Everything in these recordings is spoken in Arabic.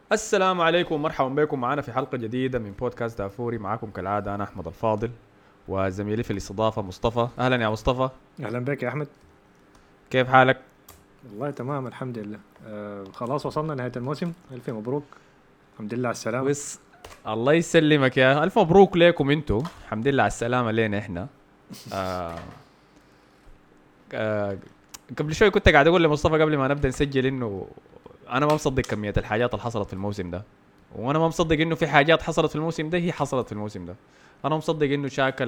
السلام عليكم ومرحبا بكم معنا في حلقة جديدة من بودكاست دافوري. معكم كالعادة أنا أحمد الفاضل وزميلي في الاستضافة مصطفى. أهلا يا مصطفى، اهلا بك يا احمد. كيف حالك؟ والله تمام الحمد لله. خلاص وصلنا نهاية الموسم، الف مبروك. الحمد لله على السلامة. بس الله يسلمك يا ألف مبروك لكم انتو، الحمد لله على السلامة لينا احنا. آه آه قبل شوي كنت قاعد أقول لمصطفى قبل ما نبدأ نسجل إنه أنا ما مصدق كمية الحاجات اللي حصلت في الموسم ده، وأنا ما مصدق إنه في حاجات حصلت في الموسم ده هي حصلت في الموسم ده. أنا مصدق إنه شاكا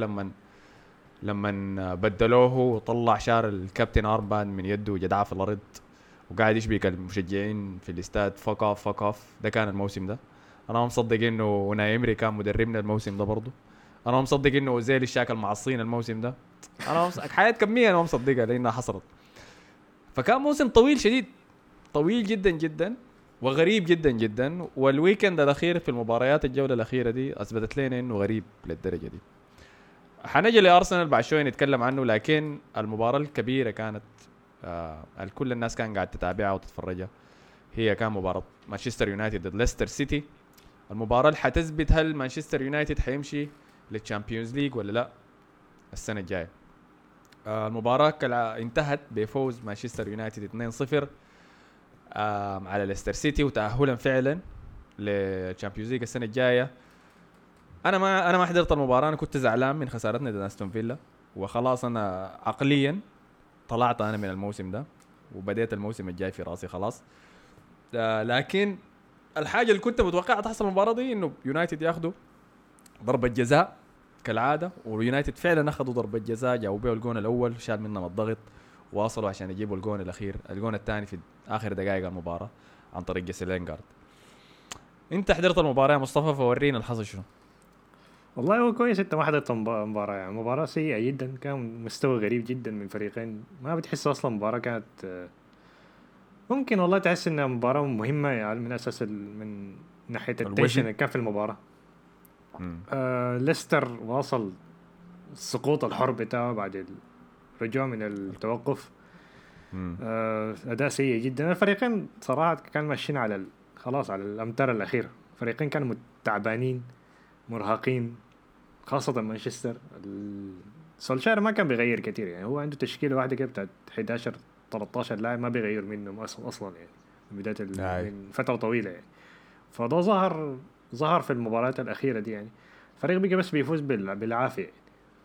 لما بدلوه وطلع شار الكابتن اربان من يده وجدعه في الارض وقاعد يشبك المشجعين في الاستاد فك اوف. ده كان الموسم ده. انا ما مصدق انه وناي امري كان مدربنا الموسم ده برضه. انا ما مصدق انه اوزيل الشاكل مع الصين الموسم ده. حياة كمية انا ما مصدقها لانها حصلت. فكان موسم طويل شديد، طويل جدا جدا وغريب جدا جدا. والويكند الاخير في المباريات الجولة الاخيرة دي اثبتت لنا انه غريب للدرجة دي. حنجي لارسنال بعد شوي نتكلم عنه، لكن المباراه الكبيره كانت كل الناس كان قاعد تتابعها وتتفرجها. هي كان مباراه مانشستر يونايتد ضد ليستر سيتي. المباراه اللي حتثبت هل مانشستر يونايتد حيمشي للتشامبيونز ليج ولا لا السنه الجايه. المباراه انتهت بفوز مانشستر يونايتد 2-0 على ليستر سيتي، وتاهلا فعلا للتشامبيونز ليج السنه الجايه. انا ما حضرت المباراه، انا كنت زعلان من خسارتنا ضد استون فيلا، وخلاص انا عقليا طلعت انا من الموسم ده وبديت الموسم الجاي في راسي خلاص. لكن الحاجه اللي كنت متوقعها تحصل المباراه دي انه يونايتد ياخدوا ضربه جزاء كالعاده، ويونايتد فعلا اخذوا ضربه جزاء، جاوبوا بها الجون الاول شال منهم الضغط، واصلوا عشان يجيبوا الجون الاخير، الجون الثاني في اخر دقائق المباراه عن طريق جيسي لينغارد. انت حضرت المباراه يا مصطفى، فورينا الحصل شنو. والله هو كويس انت ما حضرت مباراة، يعني مباراة سيئة جدا، كان مستوى غريب جدا من فريقين، ما بتحس اصلا مباراة كانت ممكن والله تحس انها مباراة مهمة، يعني من اساس من ناحية التنشن الوزن. اللي كان في المباراة. مم. ليستر واصل سقوط الحرب بتاعه بعد الرجوع من التوقف. مم. أداء سيء جدا. الفريقين صراحة كانوا ماشيين على خلاص على الأمتار الأخيرة. فريقين كانوا تعبانين مرهقين، خاصة مانشستر. سولشاير ما كان بيغير كتير، يعني هو عنده تشكيلة واحدة كده بتاعت 11 13 لاعب، ما بيغير منهم أصلا يعني من بداية هاي. من فترة طويلة يعني. فده ظهر في المباريات الأخيرة دي يعني. الفريق بقى بس بيفوز بالعافية يعني.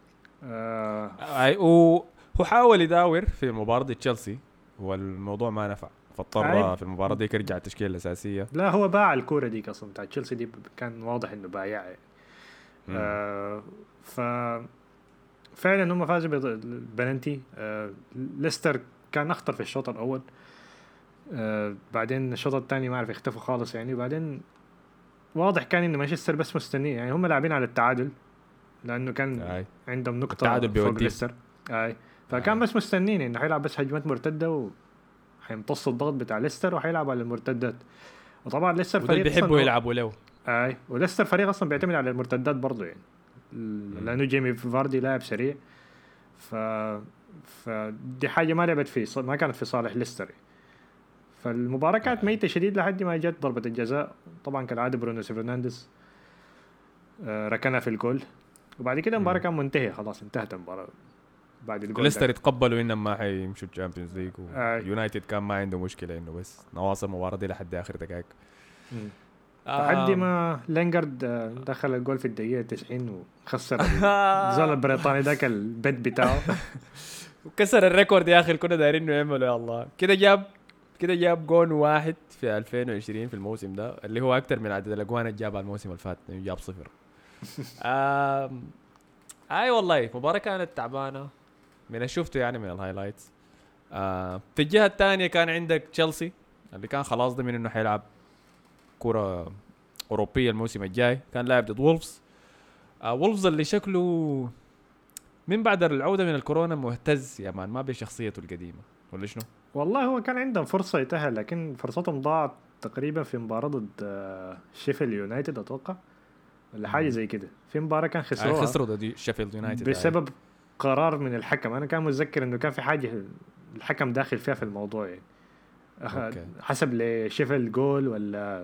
اي هو حاول يداور في مباراة تشيلسي والموضوع ما نفع، عيب. فاضطر في المباراة دي يرجع التشكيلة الأساسية. لا هو باع الكورة دي أصلا بتاعت تشيلسي دي، كان واضح إنه بايعها يعني. مم. آه ف فعلا هم فازوا بالبلنتي. ليستر كان اخطر في الشوط الاول. بعدين الشوط الثاني ما اعرف اختفوا خالص يعني. وبعدين واضح كان ان مانشستر بس مستنيين، يعني هم لاعبين على التعادل لانه كان اي عندهم التعادل نقطة فوق بيوديهم. ليستر. اي. فكان اي. بس مستنين انه حيلعب بس هجمات مرتدة، وحيمتص الضغط بتاع ليستر وحيلعب على المرتدات. وطبعا ليستر وده اللي فريق بيحبوا اصلا يلعبوا له. اي، وليستر فريق اصلا بيعتمد على المرتدات برضه يعني. مم. لانه جيمي فاردي لاعب سريع. ف فدي حاجة ما لعبت ما كانت في صالح ليستر. فالمباراة كانت اي. ميتة شديد لحد ما جت ضربة الجزاء. طبعا كالعادة برونو فرنانديز ركنها في الجول. وبعد كده المباراة مم. كان منتهي، خلاص انتهت المباراة بعد الجول ليستر ده. يتقبلوا انهم ما حيمشوا الشامبيونز ليج، آه. ويونايتد كان ما عنده مشكلة انه بس نواصل المباراة دي لحد اخر دقائق. مم. لحد آم. ما لينجارد دخل الجول في الدقيقة 90 وخسر الزول البريطاني ذاك البيت بتاعه. وكسر الريكورد يا اخي اللي كنا دايرين نعمله. يا الله، كده جاب جون واحد في 2020 في الموسم ده، اللي هو اكتر من عدد الاجوان اللي جابها الموسم اللي فات، يعني جاب صفر. آم، اي والله مباراة كانت تعبانة من اللي شفته يعني من الهايلايتس. في الجهة الثانية كان عندك تشيلسي اللي كان خلاص ضمن انه حيلعب كرة أوروبية الموسم الجاي، كان لاعب ضد وولفز. وولفز اللي شكله من بعد العودة من الكورونا مهتز يا مان، ما بشخصيته القديمة ولا شنو؟ والله هو كان عندهم فرصة يتأهل، لكن فرصتهم ضاعت تقريبا في مباراة ضد شيفيلد يونايتد أتوقع، ولا حاجة مم. زي كده. في مباراة كان خسروها خسروا ضد شيفيلد يونايتد. بسبب قرار من الحكم. انا كان متذكر انه كان في حاجه الحكم داخل فيها في الموضوع يعني. اوكي. حسب لشيفيلد جول ولا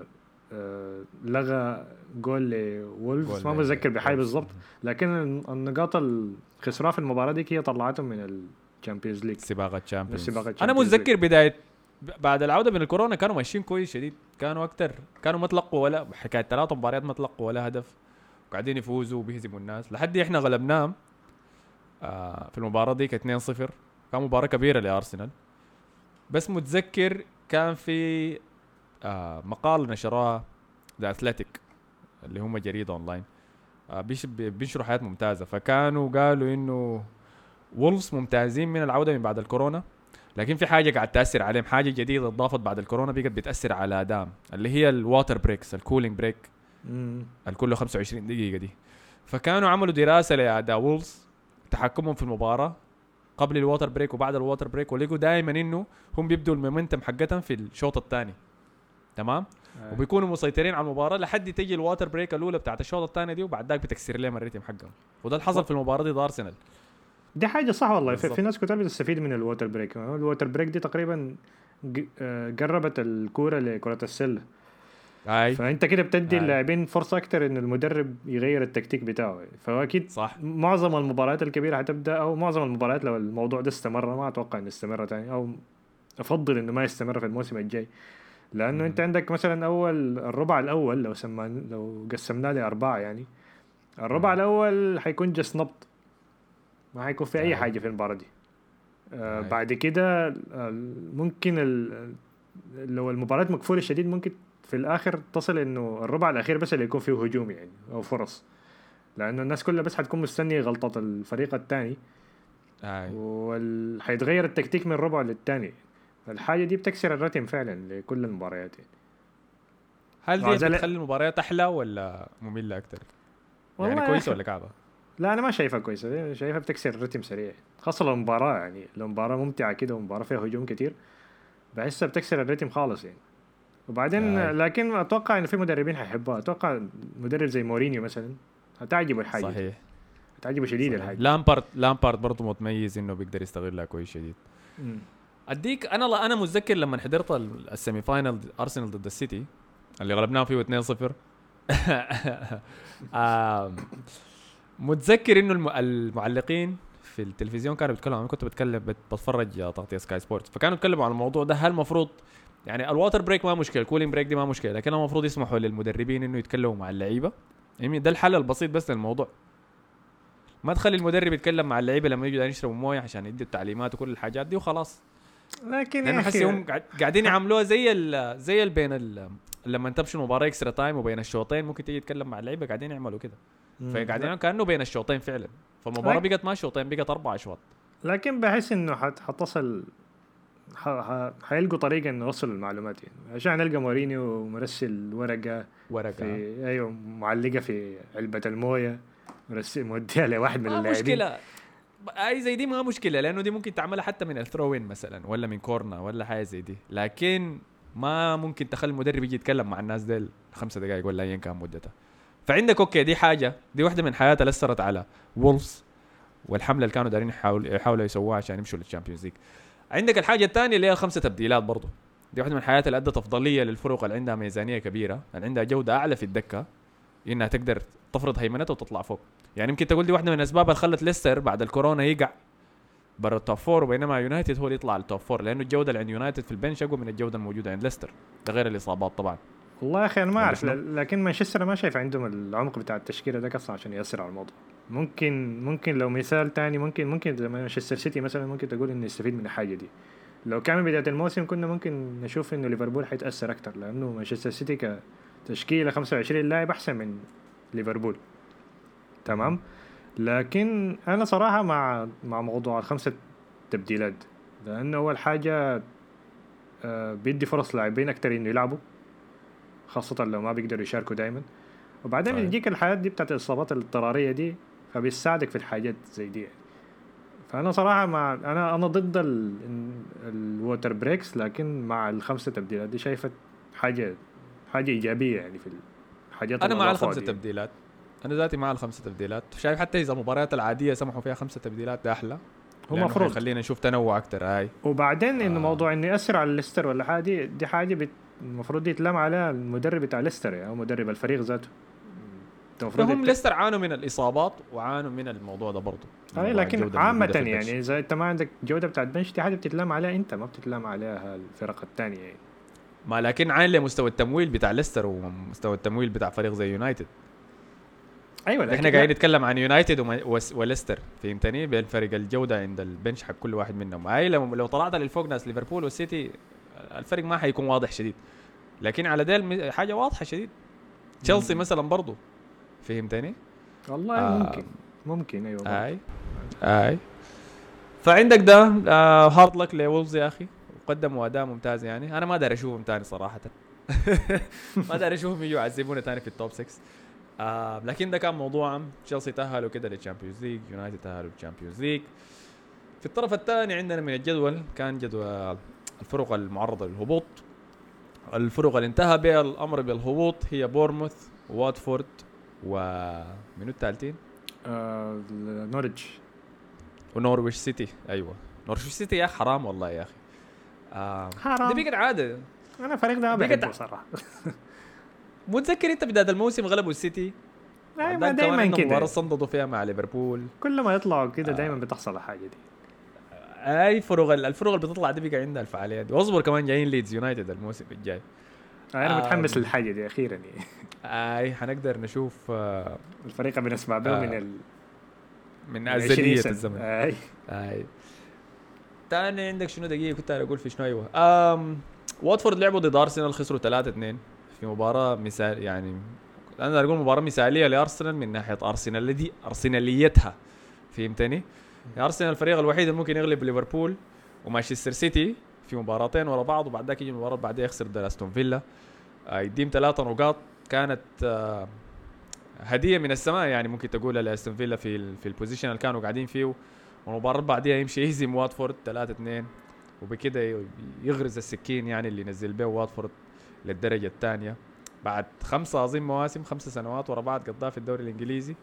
لغى جول لولفز، ما جول متذكر بحاجه وولفز. بالضبط، لكن النقاط الخسران في المباراه دي هي طلعتهم من الشامبيونز ليج. سباق الشامبيونز. سباق انا الشامبيونز متذكر بدايه بعد العوده من الكورونا كانوا ماشيين كويس شديد، كانوا اكتر، كانوا ما تلقوا ولا حكايه 3 مباريات ما تلقوا ولا هدف، وقاعدين يفوزوا وبيهزموا الناس لحد احنا غلبناهم في المباراه دي 2-0. كان مباراه كبيره لارسنال. بس متذكر كان في مقال نشروها ذا اثليتيك اللي هم جريده اونلاين، بينشروا حياه ممتازه، فكانوا قالوا انه وولفز ممتازين من العوده من بعد الكورونا، لكن في حاجه قاعد تاثر عليهم، حاجه جديده اضافت بعد الكورونا بقت بتاثر على ادائهم، اللي هي الواتر بريكس، الكولينج بريك الكل 25 دقيقه دي. فكانوا عملوا دراسه لاداء وولفز، تحكمهم في المباراه قبل الواتر بريك وبعد الواتر بريك، ولقوا دائما انه هم بيبدوا المومنتم حقتهم في الشوط الثاني، تمام، وبيكونوا مسيطرين على المباراه لحد تيجي الواتر بريك الاولى بتاعت الشوط الثاني دي، وبعد ذاك بتكسر لهم الريتم حقهم، وده اللي حصل في المباراه دي ضد ارسنال. دي حاجه صح والله. بالضبط. في ناس كتير بتستفيد من الووتر بريك. الووتر بريك دي تقريبا قربت الكوره لكره السله. اي فانت كده بتدي أي. اللاعبين فرصه اكتر ان المدرب يغير التكتيك بتاعه. فهو اكيد صح. معظم المباريات الكبيره هتبدا، او معظم المباريات لو الموضوع ده استمر، ما اتوقع انه يستمر تاني، او افضل انه ما يستمر في الموسم الجاي. لانه انت عندك مثلا الربع الاول لو قسمناه لاربعه، يعني الربع الاول حيكون جس نبض، ما حيكون في اي حاجه في المباراه دي. بعد كده ممكن لو المباراة مقفولة شديد ممكن في الآخر تصل إنه الربع الأخير بس اللي يكون فيه هجوم يعني أو فرص، لأنه الناس كلها بس حتكون مستنية غلطة الفريق الثاني، وحيتغير التكتيك من ربع للثاني. الحاجة دي بتكسر الرتم فعلا لكل المباريات يعني. هل دي بتخلي المباريات أحلى ولا مملة أكتر؟ يعني كويسة ولا كعبة؟ لا أنا ما شايفها كويسة، شايفها بتكسر الرتم سريع، خاصة لو مباراة يعني لو مباراة ممتعة كده ومباراة فيها هجوم كتير بحسها بتكسر الرتم خالص يعني. وبعدين لكن اتوقع ان في مدربين حيحبوها. اتوقع مدرب زي مورينيو مثلا هتعجبه الحاجه. صحيح، هتعجبه شديد الحاجه. لامبارد برضه متميز انه بيقدر يستغلها كويس شديد. اديك انا متذكر لما حضرت السيمي فاينل ارسنال ضد السيتي اللي غلبناه فيه 2-0 متذكر انه المعلقين في التلفزيون كانوا بيتكلموا، انا كنت بتفرج تغطيه سكاي سبورتس، فكانوا يتكلموا عن الموضوع ده. هل المفروض يعني الواتر بريك ما مشكله، الكولينج بريك دي ما مشكله، لكن المفروض يسمحوا للمدربين انه يتكلموا مع اللعيبه؟ يعني ده الحل البسيط بس للموضوع، ما تخلي المدرب يتكلم مع اللعيبه لما يجوا يشربوا مويه عشان يدي التعليمات وكل الحاجات دي وخلاص. لكن لانه حسي هم قاعدين يعملوها زي لما تمشي المباراه اكسترا تايم وبين الشوطين ممكن تيجي تتكلم مع اللعيبه، قاعدين يعملوا كده، فقاعدين كانه بين الشوطين فعلا، فالمباراه بقت ما شوطين، بقت 4 أشواط. لكن بحس انه حتصل حيلقوا طريقه انه يوصلوا المعلومات يعني، عشان نلقى مورينيو مرسل ورقه في ايوه معلقه في علبه المويه، مرسل موديها لواحد من اللاعبين. مشكله اي زي دي ما مشكله، لانه دي ممكن تعملها حتى من الثروين مثلا ولا من كورنا ولا حاجه زي دي، لكن ما ممكن تخلي المدرب يجي يتكلم مع الناس ديل 5 دقائق ولا ايا كان مدتها. فعندك اوكي دي حاجه، دي واحده من حياتها اللي اثرت على وولفز والحمله اللي كانوا دارين يحاولوا يسووها عشان يمشوا للشامبيونز ليج. عندك الحاجه الثانيه اللي هي 5 تبديلات برضو، دي واحده من حياتها اللي ادت افضليه للفرق اللي عندها ميزانيه كبيره، اللي عندها جوده اعلى في الدكه، انها تقدر تفرض هيمنتها وتطلع فوق. يعني يمكن تقول دي واحده من الاسباب اللي خلت ليستر بعد الكورونا يقع برا التوب 4، وبينما يونايتد هو اللي يطلع للتوب 4، لانه الجوده اللي عند يونايتد في البنش اقوى من الجوده الموجوده عند ليستر، ده غير الاصابات طبعا. والله يا اخي انا ما اعرف، لكن مانشستر ما شايف عندهم العمق بتاع التشكيله ده اصلا عشان ياثر على الموضوع. ممكن لو مثال تاني ممكن زي مانشستر سيتي مثلا ممكن تقول انه يستفيد من الحاجه دي. لو كان من بدايه الموسم كنا ممكن نشوف انه ليفربول حيتاثر اكتر، لانه مانشستر سيتي كتشكيله 25 لاعب احسن من ليفربول، تمام. لكن انا صراحه مع موضوع ال5 تبديلات، لانه اول حاجه بيدي فرص لاعبين اكتر انه يلعبوا، خاصه لو ما بيقدروا يشاركوا دايما. وبعدين بيجيك الحياة دي بتاعت الإصابات الاضطرارية دي، فبيساعدك في الحاجات زي دي. فأنا صراحة أنا ضد الووتر بريكس، لكن مع ال5 تبديلات دي شايفة حاجة إيجابية يعني في الحاجات. أنا مع ال5 تبديلات، أنا ذاتي مع ال5 تبديلات. شايف حتى إذا المباريات العادية سمحوا فيها 5 تبديلات ده أحلى، هو مفروض خلينا نشوف تنوع أكتر. وبعدين إنه موضوع إنه يأثر على الليستر ولا حاجة دي حاجة المفروض يتلام على المدرب بتاع ليستر او مدرب الفريق ذاته. هم ليستر عانوا من الاصابات وعانوا من الموضوع ده برضه. لكن عامة يعني اذا انت ما عندك جودة بتاعت بنش دي حاجة بتتلام عليها انت، ما بتتلام عليها الفرق الثانية يعني. ما لكن عين لمستوى التمويل بتاع ليستر ومستوى التمويل بتاع فريق زي يونايتد. ايوه احنا قاعدين نتكلم عن يونايتد وليستر، فهمتني؟ بين فرق الجوده عند البنش حق كل واحد منهم. هاي لو طلعت للفوق ناس ليفربول والسيتي الفرق ما حيكون واضح شديد، لكن على ديل حاجه واضحه شديد. تشيلسي مثلا برضو، فهمتني؟ والله ممكن ايوه اي فعندك ده هارد لك لولفز يا اخي، قدموا اداء ممتاز يعني. انا ما داري اشوفهم تاني صراحه ما داري اشوفهم يجوا يعذبونا تاني في التوب 6. لكن ده كان موضوع عام. تشيلسي تأهلوا كده للشامبيونز ليج، يونايتد تأهلوا للشامبيونز ليج. في الطرف الثاني عندنا من الجدول كان جدول الفرق المعرضة للهبوط. الفرق اللي انتهى بها الأمر بالهبوط هي بورموث وواتفورد ومنو الثالثين؟ نورwich ونورويش سيتي. أيوة نورويش سيتي يا حرام والله يا أخي. حرام. دي بقت عادة. أنا فريق ده بحبه صراحة. متذكر انت بداية الموسم غلبوا السيتي، ما دايما كده مباراة صندوا فيها مع ليفربول. كل ما يطلعوا كده دايما بتحصل الحاجة دي. اي الفرق اللي بتطلع دي بقى عندها الفعاليات دي. واصبر كمان جايين ليدز يونايتد الموسم الجاي. انا متحمس للحاجة دي اخيرا يعني. اي حنقدر نشوف الفريق بنسمع به من ازلية الزمن. اي تاني عندك شنو دقيقة كنت اقول في شنو؟ ايوه واتفورد لعبوا ضد ارسنال، خسروا 3-2 في مباراة مثال يعني. انا اقول مباراة مثالية لارسنال من ناحية ارسناليتها، فهمتني؟ ارسنال الفريق الوحيد اللي ممكن يغلب ليفربول ومانشستر سيتي في مباراتين ورا بعض، وبعد ذاك يجي المباراة بعدها يخسر ضد استون فيلا. يديم 3 نقاط كانت هدية من السماء يعني، ممكن تقول لاستون فيلا في البوزيشن اللي كانوا قاعدين فيه. والمباراة بعدها يمشي يهزم واتفورد 3-2 وبكده يغرز السكين يعني اللي نزل به واتفورد للدرجة الثانية بعد 5 مواسم 5 سنوات ورا بعض قضاها في الدوري الإنجليزي.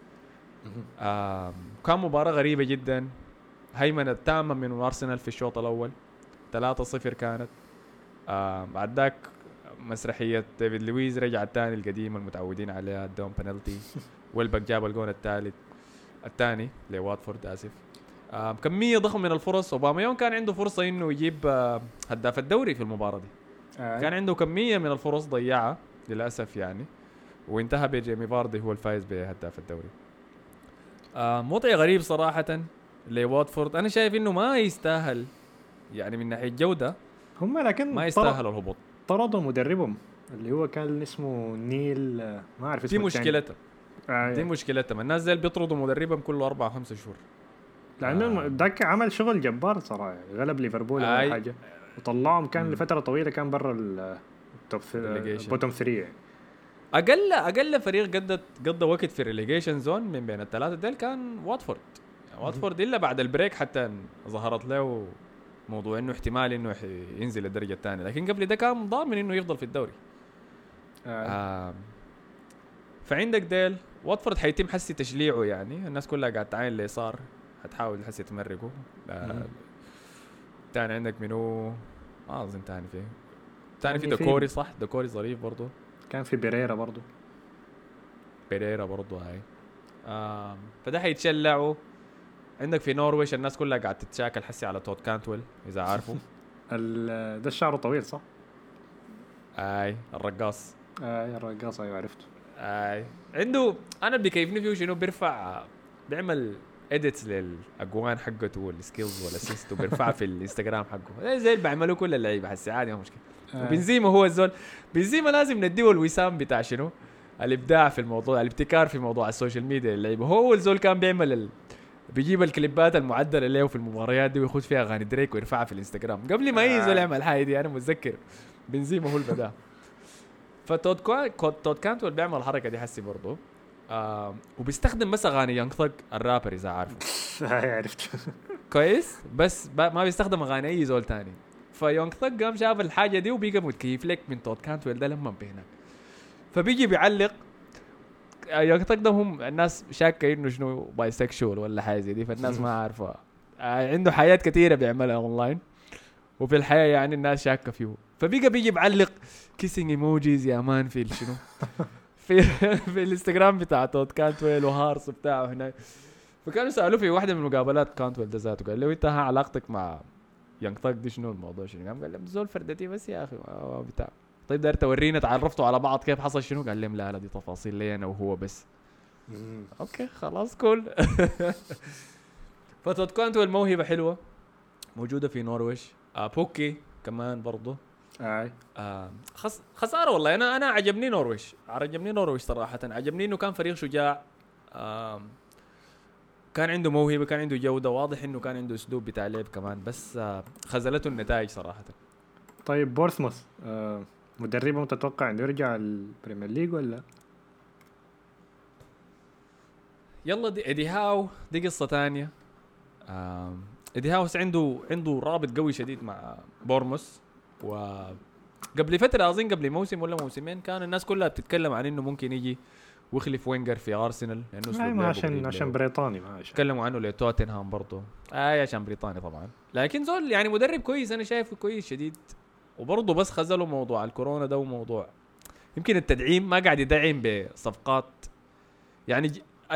كان مباراة غريبة جدا، هيمنة تامة من أرسنال في الشوط الأول 3-0 كانت. بعد ذاك مسرحية ديفيد لويز رجع تاني القديمة المتعودين عليها، ادهم بنالتي ويلبك جاب الجون الثاني لواتفورد آسف. كمية ضخمة من الفرص. أوباميون كان عنده فرصة إنه يجيب هداف الدوري في المباراة دي. كان عنده كمية من الفرص ضيعها للأسف يعني، وانتهى بجيمي فاردي هو الفائز بهداف الدوري. مطعي غريب صراحة لواتفورد. أنا شايف إنه ما يستاهل يعني من ناحية جودة هم، لكن ما يستاهل الهبوط. طردوا مدربهم اللي هو كان اسمه نيل، ما أعرف اسمه. دي مشكلتها دي مشكلتها. الناس زي اللي بيطردوا مدربهم كل 4-5 شهور، لأنه داك عمل شغل جبار صراحة. غلب ليفربول أول حاجة وطلعهم كان لفترة طويلة كان برا التوب بوتوم 3. أقل فريق قضى وقت في الريليجيشن زون من بين الثلاثة ديل كان واتفورد. واتفورد إلا بعد البريك حتى ظهرت له موضوع إنه احتمال إنه ينزل الدرجة الثانية، لكن قبل ده كان ضامن إنه يفضل في الدوري. فعندك ديل واتفورد حيتم حسي تشليعه يعني. الناس كلها قاعد تعاين اللي صار، هتحاول حسي تمرقه. تاني عندك منو ما أظن تاني في دكوري صح؟ دكوري ظريف برضو. كان في بيريرا برضو هاي. فده حيتشلعوا. عندك في نورويش الناس كلها قاعد تتشاكل حسي على تود كانتويل إذا عارفه. ده الشعر طويل صح؟ الرقاص. الرقاص أيوة عرفته. عنده أنا بيكيفني فيه شنو بيعمل إديتس للأقوان حقته والسكيلز والأسيست وبيرفع في الإنستغرام حقه زي اللي بيعملوا كل اللعيبة حسي عادي ما مشكلة. وبنزيما هو الزول. بنزيما لازم نديه الوسام بتاع شنو الابداع في الموضوع، الابتكار في موضوع السوشيال ميديا اللعيبه. هو الزول كان بيعمل بيجيب الكليبات المعدله له في المباريات دي ويخش فيها اغاني دريك ويرفعها في الانستغرام قبل ما ينزل يعمل الحاجه دي. انا متذكر بنزيما هو البداع. فتود كانتويل بيعمل الحركه دي حسي برضه. وبيستخدم بس اغاني يانج ثug الرابر اذا عارفه. عرفت كويس، بس ما بيستخدم اغاني اي زول تاني. فيونغ ثق قام شاف الحاجه دي وبيقى متكيف لك من تود كانتويل ده لما بهناك، فبيجي بيعلق. يونغ ثق ده هم الناس شاكه انه شنو بايسكشوال ولا حاجه زي دي، فالناس ما عارفه. عنده حاجات كثيره بيعملها اونلاين وفي الحياه يعني الناس شاكه فيه. فبقى بيجي بعلق كيسنج ايموجيز يا مان في شنو في في الانستغرام بتاع توت كانتويل وهارس بتاعه هناك. فكانوا سالوه في واحده من المقابلات كانتويل ده ذاته، قال له انت علاقتك مع يانج ثاج دي شنو الموضوع شنو؟ قام قال لهم زول فردتي بس يا اخي بتاع. طيب داير تورينا تعرفتوا على بعض كيف حصل شنو؟ قال لهم لا دي تفاصيل لي انا وهو بس. اوكي خلاص كول. فتوت كانتويل موهبه حلوه موجوده في نورويج. بوكي كمان برضه. خساره والله. انا عجبني نورويج صراحه. عجبني انه كان فريق شجاع، كان عنده موهبه، كان عنده جوده، واضح انه كان عنده اسلوب بتاع لعب كمان، بس خذلته النتائج صراحه. طيب بورثموث مدربه متتوقع انه يرجع البريمير ليج ولا؟ يلا دي ايدي هاو دي قصه ثانيه. ايدي هاوس عنده رابط قوي شديد مع بورموس، وقبل فتره اظن قبل موسم ولا موسمين كان الناس كلها بتتكلم عن انه ممكن يجي ويخلف وينجر في ارسنال لانه عشان بريطاني ما تكلموا عنه لتوتنهام برضه عشان بريطاني طبعا. لكن زول يعني مدرب كويس، انا شايفه كويس شديد. وبرضه بس خذلوا موضوع الكورونا ده، وموضوع يمكن التدعيم ما قاعد يدعم بصفقات يعني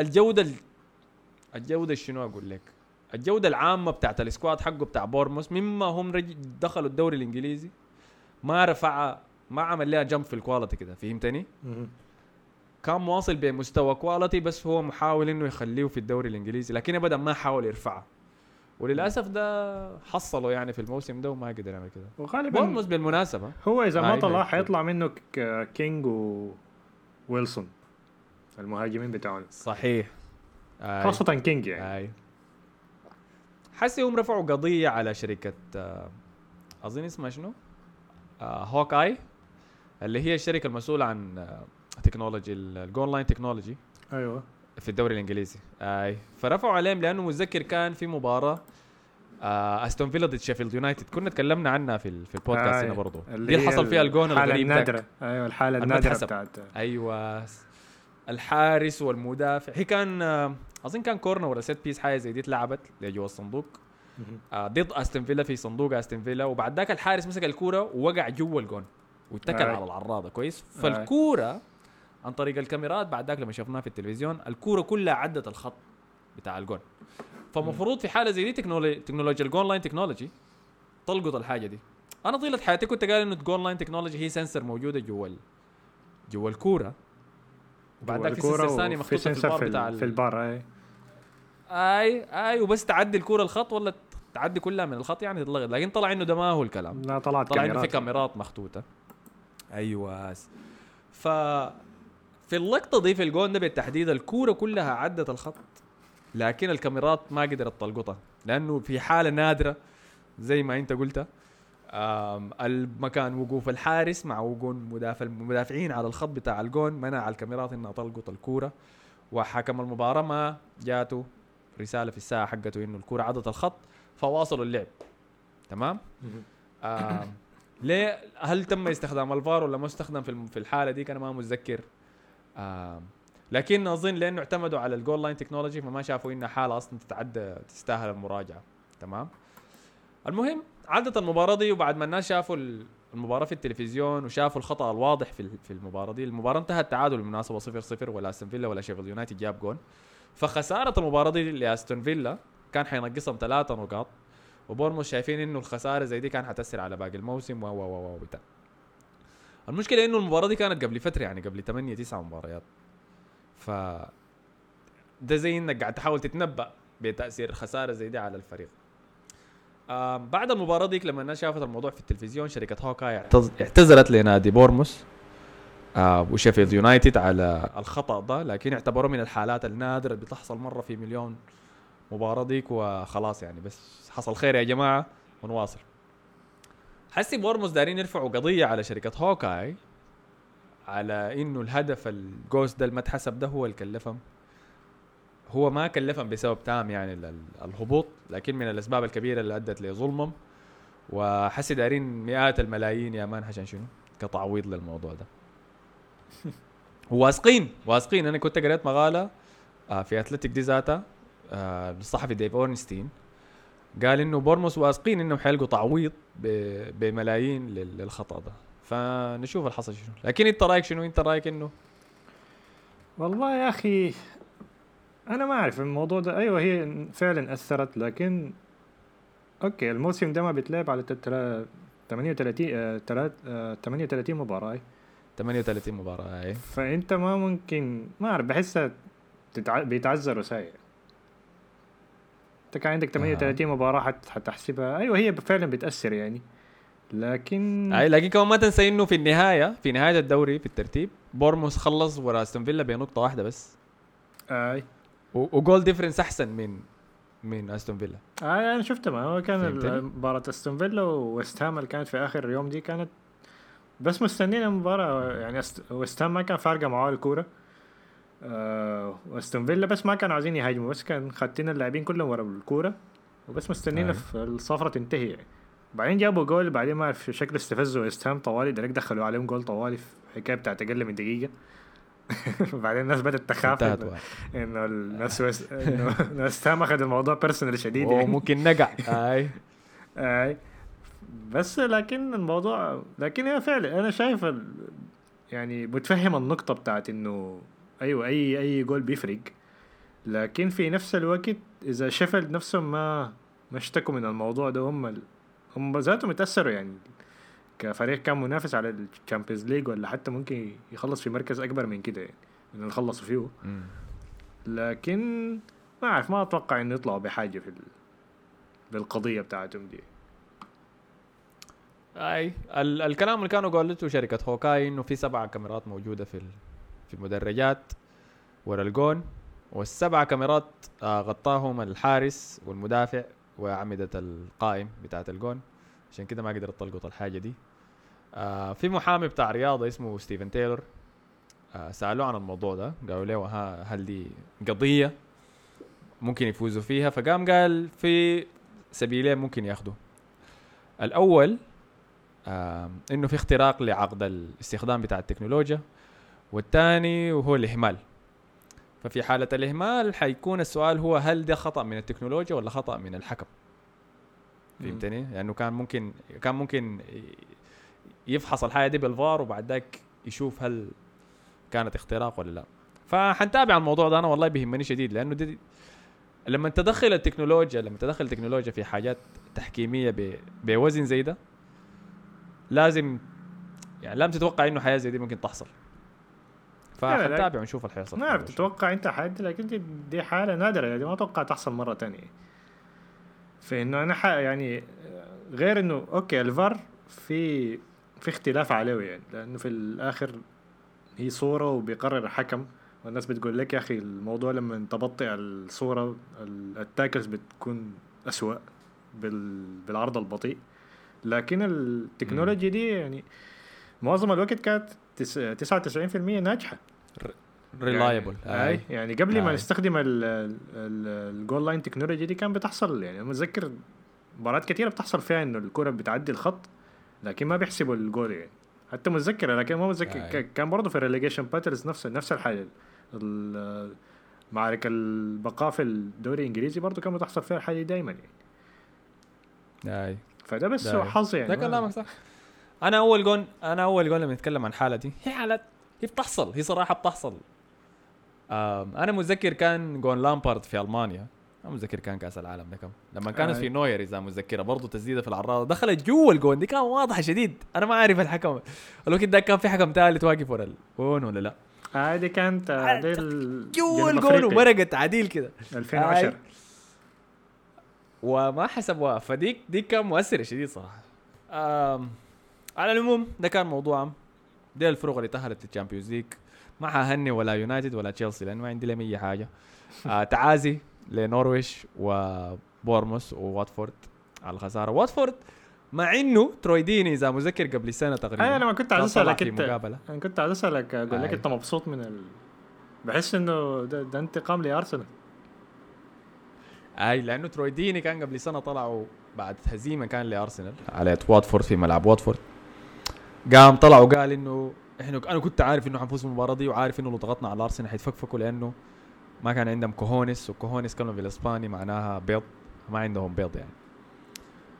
الجوده شنو اقول لك، الجوده العامه بتاعت السكواد حقه بتاع بورموس مما هم دخلوا الدوري الانجليزي ما رفع، ما عمل لها جمب في الكواليتي كده، فهمتني؟ كان مواصل بمستوى كواليتي بس هو محاول انه يخليه في الدوري الانجليزي، لكن ابدا ما حاول يرفعه، وللاسف ده حصله يعني في الموسم ده وما قدر يعمل كده. وغالبا بورموس بالمناسبه هو اذا ما طلع حيطلع منه كينج وويلسون المهاجمين بتاعهم. صحيح خاصه كينج يعني. حسيهم رفعوا قضيه على شركه اظن اسمها شنو هوكاي، اللي هي الشركه المسؤوله عن تكنولوجي الجون لاين تكنولوجي ايوه في الدوري الانجليزي. فرفعوا عليهم لانه متذكر كان في مباراه استون فيلا ضد شيفيلد يونايتد، كنا تكلمنا عنها في البودكاست هنا برضه، دي اللي حصل فيها الجون الغريب النادره. ايوه الحاله النادره بتاعت ايوه الحارس والمدافع. هي كان اظن كان كورنر ولا سيت بيس حاجه زي دي اتلعبت لجوا الصندوق ضد استون فيلا في صندوق استون فيلا، وبعد ذاك الحارس مسك الكوره ووقع جوا الجون واتكل على العراضه كويس. فالكوره عن طريق الكاميرات بعد ذاك لما شفناها في التلفزيون الكوره كلها عدت الخط بتاع الجون. فمفروض في حاله زي دي تكنولوجيا الجون لاين تكنولوجي تلقط الحاجه دي. انا طيله حياتي كنت قال انه الجون لاين تكنولوجي هي سنسر موجوده جوا الكوره، وبعد ذاك في سنسر ثاني مخطوط في البار بتاع في البار. اي وبس تعدي الكوره الخط ولا تعدي كلها من الخط يعني تتلغط. لكن طلع انه ده ما هو الكلام، لا طلع انه في كاميرات مخطوطه. ايوه في اللقطه دي في الجون ده بالتحديد الكوره كلها عدت الخط، لكن الكاميرات ما قدرت تلقطها لانه في حاله نادره زي ما انت قلت المكان وقوف الحارس مع وقوف المدافعين على الخط بتاع الجون منع الكاميرات انها تلقط الكوره. وحكم المباراه ما جاته رساله في الساعه حقته انه الكوره عدت الخط فواصلوا اللعب. تمام. ليه هل تم استخدام الفار ولا ما استخدم في الحاله دي كان ما متذكر. لكن اظن لانه اعتمدوا على الجول لاين تكنولوجي فما شافوا انها حاله اصلا تتعدى تستاهل المراجعه. تمام. المهم عدت المباراه دي، وبعد ما الناس شافوا المباراه في التلفزيون وشافوا الخطا الواضح في المباراه دي، المباراه انتهت تعادل بالمناسبه 0-0 ولا استون فيلا ولا شيفيلد يونايتد جاب جون. فخساره المباراه دي لاستون فيلا كان حينقصهم 3 نقاط، وبورموس شايفين انه الخساره زي دي كان حتاثر على باقي الموسم و بتاع. المشكله انه المباراه دي كانت قبل فتره يعني قبل 8-9 مباريات، ف ده زي انك قاعد تحاول تتنبأ بتاثير خساره زي دي على الفريق. بعد المباراه ديك لما الناس شافت الموضوع في التلفزيون شركه هوكاي اعتذرت لنادي بورموس وشيفيلد يونايتد على الخطأ ده، لكن اعتبروه من الحالات النادرة اللي بتحصل مرة في مليون مباراة ديك وخلاص يعني بس حصل خير يا جماعة ونواصل. حسي بورموس دارين يرفعوا قضية على شركة هوكاي على انه الهدف الجوست ده المتحسب ده هو اللي كلفهم. هو ما كلفهم بسبب تام يعني الهبوط، لكن من الاسباب الكبيرة اللي ادت لظلمهم، وحسي دارين مئات الملايين يا مان عشان شنو كتعويض للموضوع ده. واثقين انا كنت قريت مقاله في اتلتيك دي ذاتها للصحفي ديف اورنستين قال انه بورموس واثقين انهم حيلقوا تعويض بملايين للخطا ده. فنشوف الحصل شنو. لكن انت رايك شنو؟ انت رايك انه والله يا اخي انا ما اعرف الموضوع ده. ايوه هي فعلا اثرت، لكن اوكي الموسم ده ما بيتلعب على 38 مباراة. 38 مباراة اي. فانت ما ممكن، ما اعرف، بحسها بيتعذروا ساي. انت كان عندك 38 مباراة حتحسبها، ايوه هي فعلا بتأثر يعني، لكن اي لكن كمان ما تنسى انه في نهاية الدوري في الترتيب بورموس خلص ورا استون فيلا بنقطة واحدة بس. اي وجول ديفرنس احسن من استون فيلا. انا شفت، ما هو كان فهمتني؟ مباراة استون فيلا وويست هام اللي كانت في اخر يوم دي كانت بس مستنين المباراة يعني. ويست هام ما كان فارقة معاه الكورة، واستون فيلا بس ما كانوا عايزين يهاجموا، بس كان خاتين اللاعبين كلهم ورا الكورة وبس مستنين في الصفرة تنتهي يعني. بعدين جابوا جول، بعدين ما اعرف شكله استفزوا ويست هام طوالي، دايركت دخلوا عليهم جول طوالي في حكاية بتاعت اقل من دقيقة. بعدين الناس بدأت تخاف انه انه ويست هام اخذ الموضوع بيرسونال شديد يعني. ممكن نقع. اي بس لكن الموضوع، لكن هي فعلا انا شايف يعني متفهم النقطة بتاعت انه ايوه اي جول بيفرق، لكن في نفس الوقت اذا شيفيلد نفسهم ما اشتكوا من الموضوع ده، هم ذاتهم يتأثروا يعني. كفريق كان منافس على الشامبيونز ليج ولا حتى ممكن يخلص في مركز اكبر من كده يعني من اللي خلصوا فيه. لكن ما اعرف، ما اتوقع انه يطلعوا بحاجة في بالقضية بتاعتهم دي. اي الكلام اللي كانوا قالته شركة هوكاي انه في 7 كاميرات موجودة في المدرجات ورا الجون، والسبع كاميرات غطاهم الحارس والمدافع وأعمدة القائم بتاعة الجون، عشان كده ما قدرت تلقط الحاجة دي. في محامي بتاع رياضة اسمه ستيفن تايلور، سألوه عن الموضوع ده، قالوا له هل دي قضية ممكن يفوزوا فيها؟ فقام قال في سبيلين ممكن ياخدوا. الأول إنه في اختراق لعقد الاستخدام بتاع التكنولوجيا، والثاني وهو الإهمال. ففي حالة الإهمال حيكون السؤال هو هل ده خطأ من التكنولوجيا ولا خطأ من الحكم؟ فهمتني؟ لأنه يعني كان ممكن يفحص الحاجة دي بالفار وبعد ذاك يشوف هل كانت اختراق ولا لا. فحنتابع الموضوع ده، أنا والله بيهمني شديد، لأنه دي لما تدخل التكنولوجيا في حاجات تحكيمية بوزن زي ده، لازم تتوقع إنه حاجة زي دي ممكن تحصل. فحنتابع ونشوف الحيصل. ما عرفت تتوقع انت حاجة، لكن دي حالة نادرة يعني، ما اتوقع تحصل مرة تانية. فانه انا يعني غير انه اوكي الفار في اختلاف عليه يعني، لانه في الاخر هي صورة وبيقرر الحكم، والناس بتقول لك يا اخي الموضوع لما تبطئ الصورة التاكلز بتكون اسوأ بالعرض البطيء. لكن التكنولوجيا دي يعني معظم الوقت كانت 99% ناجحة ريلايبل يعني قبل ما نستخدم الجول لاين تكنولوجي دي كان بتحصل يعني. متذكر مباريات كتيرة بتحصل فيها انه الكرة بتعدي الخط لكن ما بيحسبوا الجول يعني. حتى متذكر، لكن ما متذكر كان برضه في الريليجيشن باتلز نفس الحاجة. معركة البقاء في الدوري الانجليزي برضه كان بتحصل فيها الحاجة دايما يعني. فده بس حظ يعني. ده كلامك صح. انا اول جون لما نتكلم عن حالة دي، هي بتحصل، هي صراحة بتحصل. انا متذكر كان جون لامبارد في المانيا، انا متذكر كان كاس العالم ده كم لما كانت في نوير اذا متذكره، برضه تسديده في العراضه دخلت جوا الجون دي، كان واضحه شديد. انا ما اعرف الحكم الوقت ده كان في حكم ثالث واقف ورا الجون ولا لا. هذه كانت جوا الجون ومرقت عديل كده 2010 وما حسبوها. فديك كان مؤثر شديد صراحه. على العموم ده كان موضوع دي الفرق اللي تأهلت للتشامبيونز ليج، ما حهني ولا يونايتد ولا تشيلسي لأنه ما عندي لهم أي حاجة. تعازي لنورويش وبورموس وواتفورد على الخسارة. واتفورد مع إنه تروي ديني إذا مذكر قبل سنة تقريبا. أنا ما كنت عايز أسألك أنا كنت عايز أسألك أقول لك أنت مبسوط من بحس إنه ده انتقام لأرسنال. لأنه تروي ديني كان قبل سنة طلعوا بعد هزيمة كان لأرسنال على واتفورد في ملعب واتفورد، قام طلع وقال إنه انا كنت عارف انه حنفوز بالمباراه دي، وعارف انه لو ضغطنا على ارسنال حيتفكفكوا لانه ما كان عندهم كوهونس، وكوهونس كلمه بالاسباني معناها بيض، ما عندهم بيض يعني.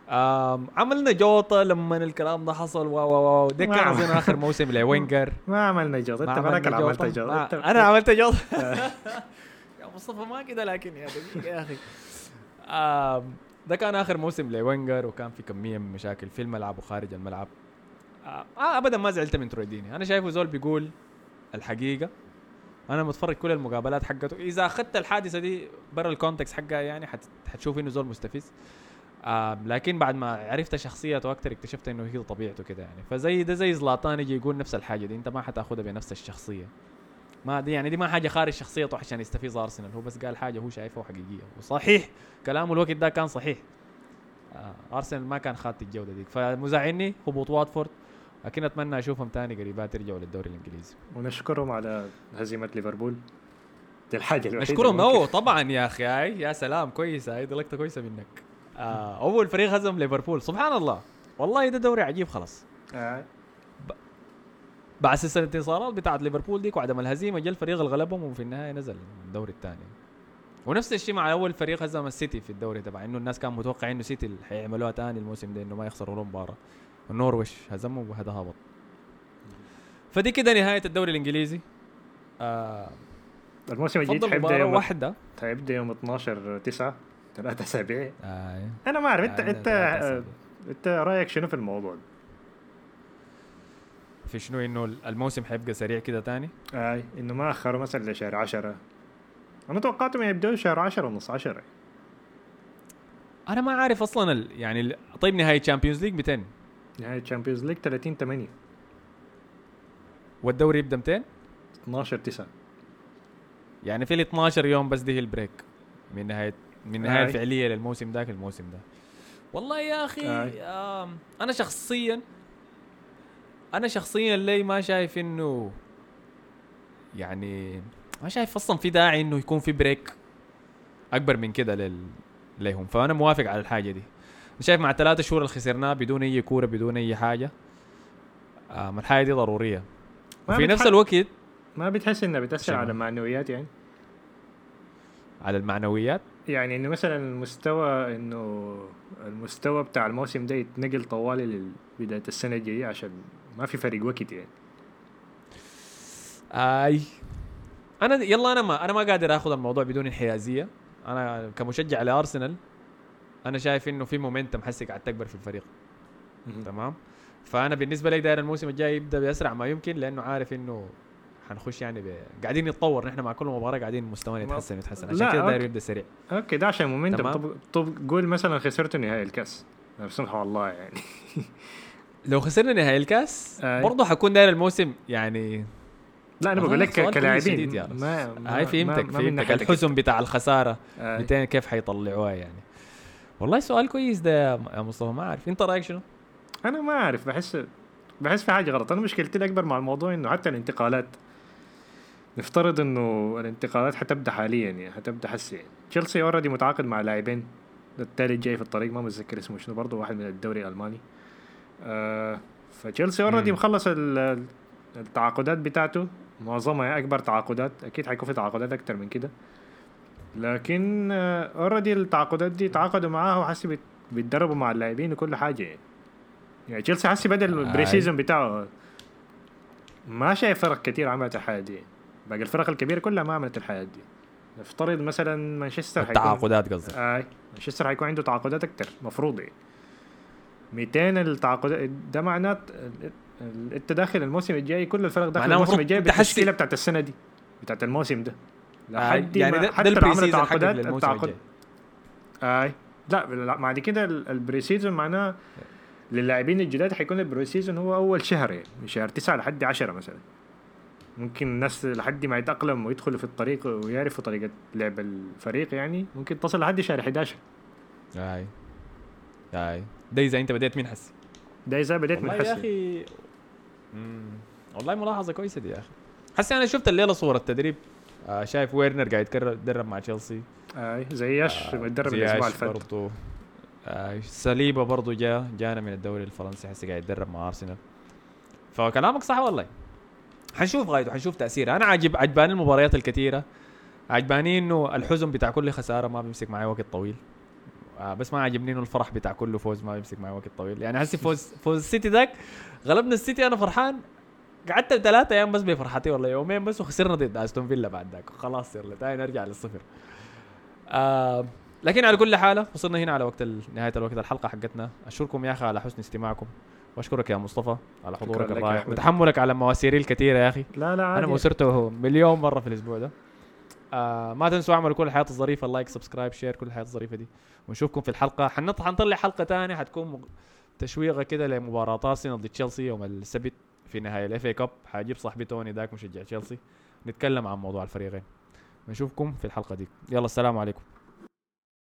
عملنا جوطة لما الكلام ده حصل واو ده كان اظن اخر موسم لوينجر. ما عملنا جوطة، انت براك عملت جوطة. انا عملت جوطة. يا مصطفى ما كده لكن يا دقيقة يا اخي. ده كان اخر موسم لوينجر وكان في كمية من مشاكل في الملعب وخارج الملعب. ابدا ما زعلت من ترويديني، انا شايفه زول بيقول الحقيقة. انا متفرج كل المقابلات حقته، اذا اخذت الحادثة دي برا الكونتكست حقها يعني حتشوف انه زول مستفز. لكن بعد ما عرفت شخصيته اكتر اكتشفت انه هي طبيعته كده يعني. فزي ده زي زلاتان يجي يقول نفس الحاجه دي، انت ما حتاخدها بنفس الشخصيه. ما دي يعني دي ما حاجه خارج شخصيته عشان يستفيز ارسنال، هو بس قال حاجه هو شايفها حقيقيه وصحيح. كلامه الوقت ده كان صحيح. ارسنال ما كان خاطئ الجوده دي، فمزعلني هبوط واتفورد، لكن اتمنى اشوفهم تاني قريبات يرجعوا للدوري الانجليزي. ونشكرهم على هزيمه ليفربول، دي الحاجه الوحيده. نشكرهم طبعا يا اخي. هاي يا سلام كويسه، هاي دي لقطه كويسه منك. اول فريق هزم ليفربول، سبحان الله والله ده دوري عجيب خلاص. بعد سلسله الانتصارات بتاعت ليفربول ديك وعدم الهزيمه جا الفريق اللي غلبهم وفي النهايه نزل الدوري الثاني. ونفس الشيء مع اول فريق هزم السيتي في الدوري تبع انه الناس كان متوقع انه سيتي حيعملوها ثاني الموسم ده، انه ما يخسروا ولا مباراه. النورويش هزمهم وهذا هبط. فدي كده نهايه الدوري الانجليزي. الموسم الجديد حيبدا يوم واحده، حيبدا يوم 12/9، 3 اسابيع. انا ما اعرف انت رايك شنو في الموضوع؟ في شنو انه الموسم حيبقى سريع كده تاني؟ انه ما اخروا مثلا لشهر 10. انا توقعتهم يبدأوا شهر 10 ونص 10. انا ما عارف اصلا يعني طيب نهاية تشامبيونز ليج 200، نهاية تشامبيونز ليج 30/8 والدوري يبدا 200 12/9، يعني في 12 يوم بس دي هي البريك من نهاية الفعلية للموسم ذاك الموسم ده. والله يا اخي انا شخصيا لي ما شايف انه يعني ما شايف اصلا في داعي انه يكون في بريك اكبر من كده لهم. فانا موافق على الحاجه دي. انا شايف مع 3 شهور اللي خسرناه بدون اي كوره بدون اي حاجه، الحاجه دي ضروريه. وفي نفس الوقت ما بتحس انها بتاثر على المعنويات؟ يعني على المعنويات يعني انه مثلا المستوى بتاع الموسم ده يتنقل طوالي لبدايه السنه الجايه عشان ما في فرق وقت يعني. انا ما قادر اخذ الموضوع بدون انحيازيه. انا كمشجع لارسنال انا شايف انه في مومنتم حسي قاعد تكبر في الفريق. تمام. فانا بالنسبه لي داير الموسم الجاي يبدا باسرع ما يمكن، لانه عارف انه حنخش يعني قاعدين نتطور نحن مع كل مباراه، قاعدين مستوانا يتحسن عشان كده داير يبدا سريع. اوكي ده عشان مومنتم. طب قول مثلا خسرتوا نهائي الكاس سبحان الله يعني. لو خسرنا نهائي الكاس برضه حكون داير الموسم يعني. لا انا بقول لك كلاعبين هاي فهمتك الحزن بتاع الخساره 200 كيف حيطلعوها يعني. والله سؤال كويس ده يا مصطفى. ما عارف انت رايك شنو؟ انا ما عارف، بحس في حاجه غلط. انا مشكلتي الاكبر مع الموضوع انه حتى الانتقالات، نفترض انه الانتقالات حتبدا حاليا يعني حتبدا حسي يعني. تشيلسي اوريدي متعاقد مع لاعبين، الثالث جاي في الطريق ما متذكر اسمه شنو، برضه واحد من الدوري الالماني. فتشيلسي اوريدي مخلص التعاقدات بتاعته معظمها اكبر تعاقدات، اكيد حيكون في تعاقدات اكتر من كده، لكن اوريدي التعاقدات دي تعاقدوا معاها وحسي بيتدربوا مع اللاعبين وكل حاجه يعني تشيلسي حسي بدا البري سيزون بتاعه ما شايف فرق كتير عملت الحاجه دي. باقي الفرق الكبيره كلها ما عملت الحاجات دي. نفترض مثلا مانشستر التعاقدات قصدك؟ مانشستر حيكون عنده تعاقدات اكتر مفروض يعني 200 التعاقدات. ده معناه انت داخل الموسم الجاي كل الفرق داخل الموسم الجاي بالتشكيله بتاعت السنه دي بتاعت الموسم ده لحد يعني ما حتى لو عملوا تعاقدات التعاقد لا بعد كده البري سيزون معناه للاعبين الجداد حيكون البري سيزون هو اول شهر يعني من شهر 9 لحد 10 مثلا. ممكن الناس لحد ما يتأقلم ويدخلوا في الطريق ويعرفوا طريقة لعب الفريق يعني ممكن تصل لحد شهر 11. ده إذا أنت بدأت من حسي. ده إذا بدأت من حسي يا أخي. والله ملاحظة كويسة دي يا أخي. حسي أنا شفت الليلة صورة التدريب، شايف ويرنر قاعد يتدرب مع تشيلسي. زياش يتدرب الأسبوع الفات. سليبة برضو جانا من الدوري الفرنسي حسي قاعد يتدرب مع أرسنال. فكلامك صح والله. حنشوف غايته حنشوف تأثير. أنا عجباني المباريات الكثيرة، عجباني إنه الحزن بتاع كل خسارة ما بيمسك معي وقت طويل. بس ما عجبني انه الفرح بتاع كله فوز ما يمسك معي وقت طويل. يعني هسي فوز السيتي ذاك غلبنا السيتي انا فرحان، قعدت 3 ايام بس بفرحتي والله، يومين بس وخسرنا ضد استون فيلا بعد ذاك خلاص يلا تعال نرجع للصفر. لكن على كل حال وصلنا هنا على وقت نهايه الوقت الحلقه حقتنا. اشكركم يا اخي على حسن استماعكم، واشكرك يا مصطفى على حضورك الرائع وتحملك على مواسيري الكثيره يا اخي. لا عادي. انا موسرته مليون مره في الاسبوع ده. ما تنسوا اعملوا كل الحياة الظريفة، لايك سبسكرايب شير كل الحياة الظريفة دي، ونشوفكم في الحلقة. حنطلع حلقة تانية حتكون تشويقة كده لمباراة ارسنال ضد تشيلسي يوم السبت في نهاية الاف اي كاب. حاجيب صاحبي توني داك مشجع تشيلسي، نتكلم عن موضوع الفريقين. نشوفكم في الحلقة دي، يلا السلام عليكم.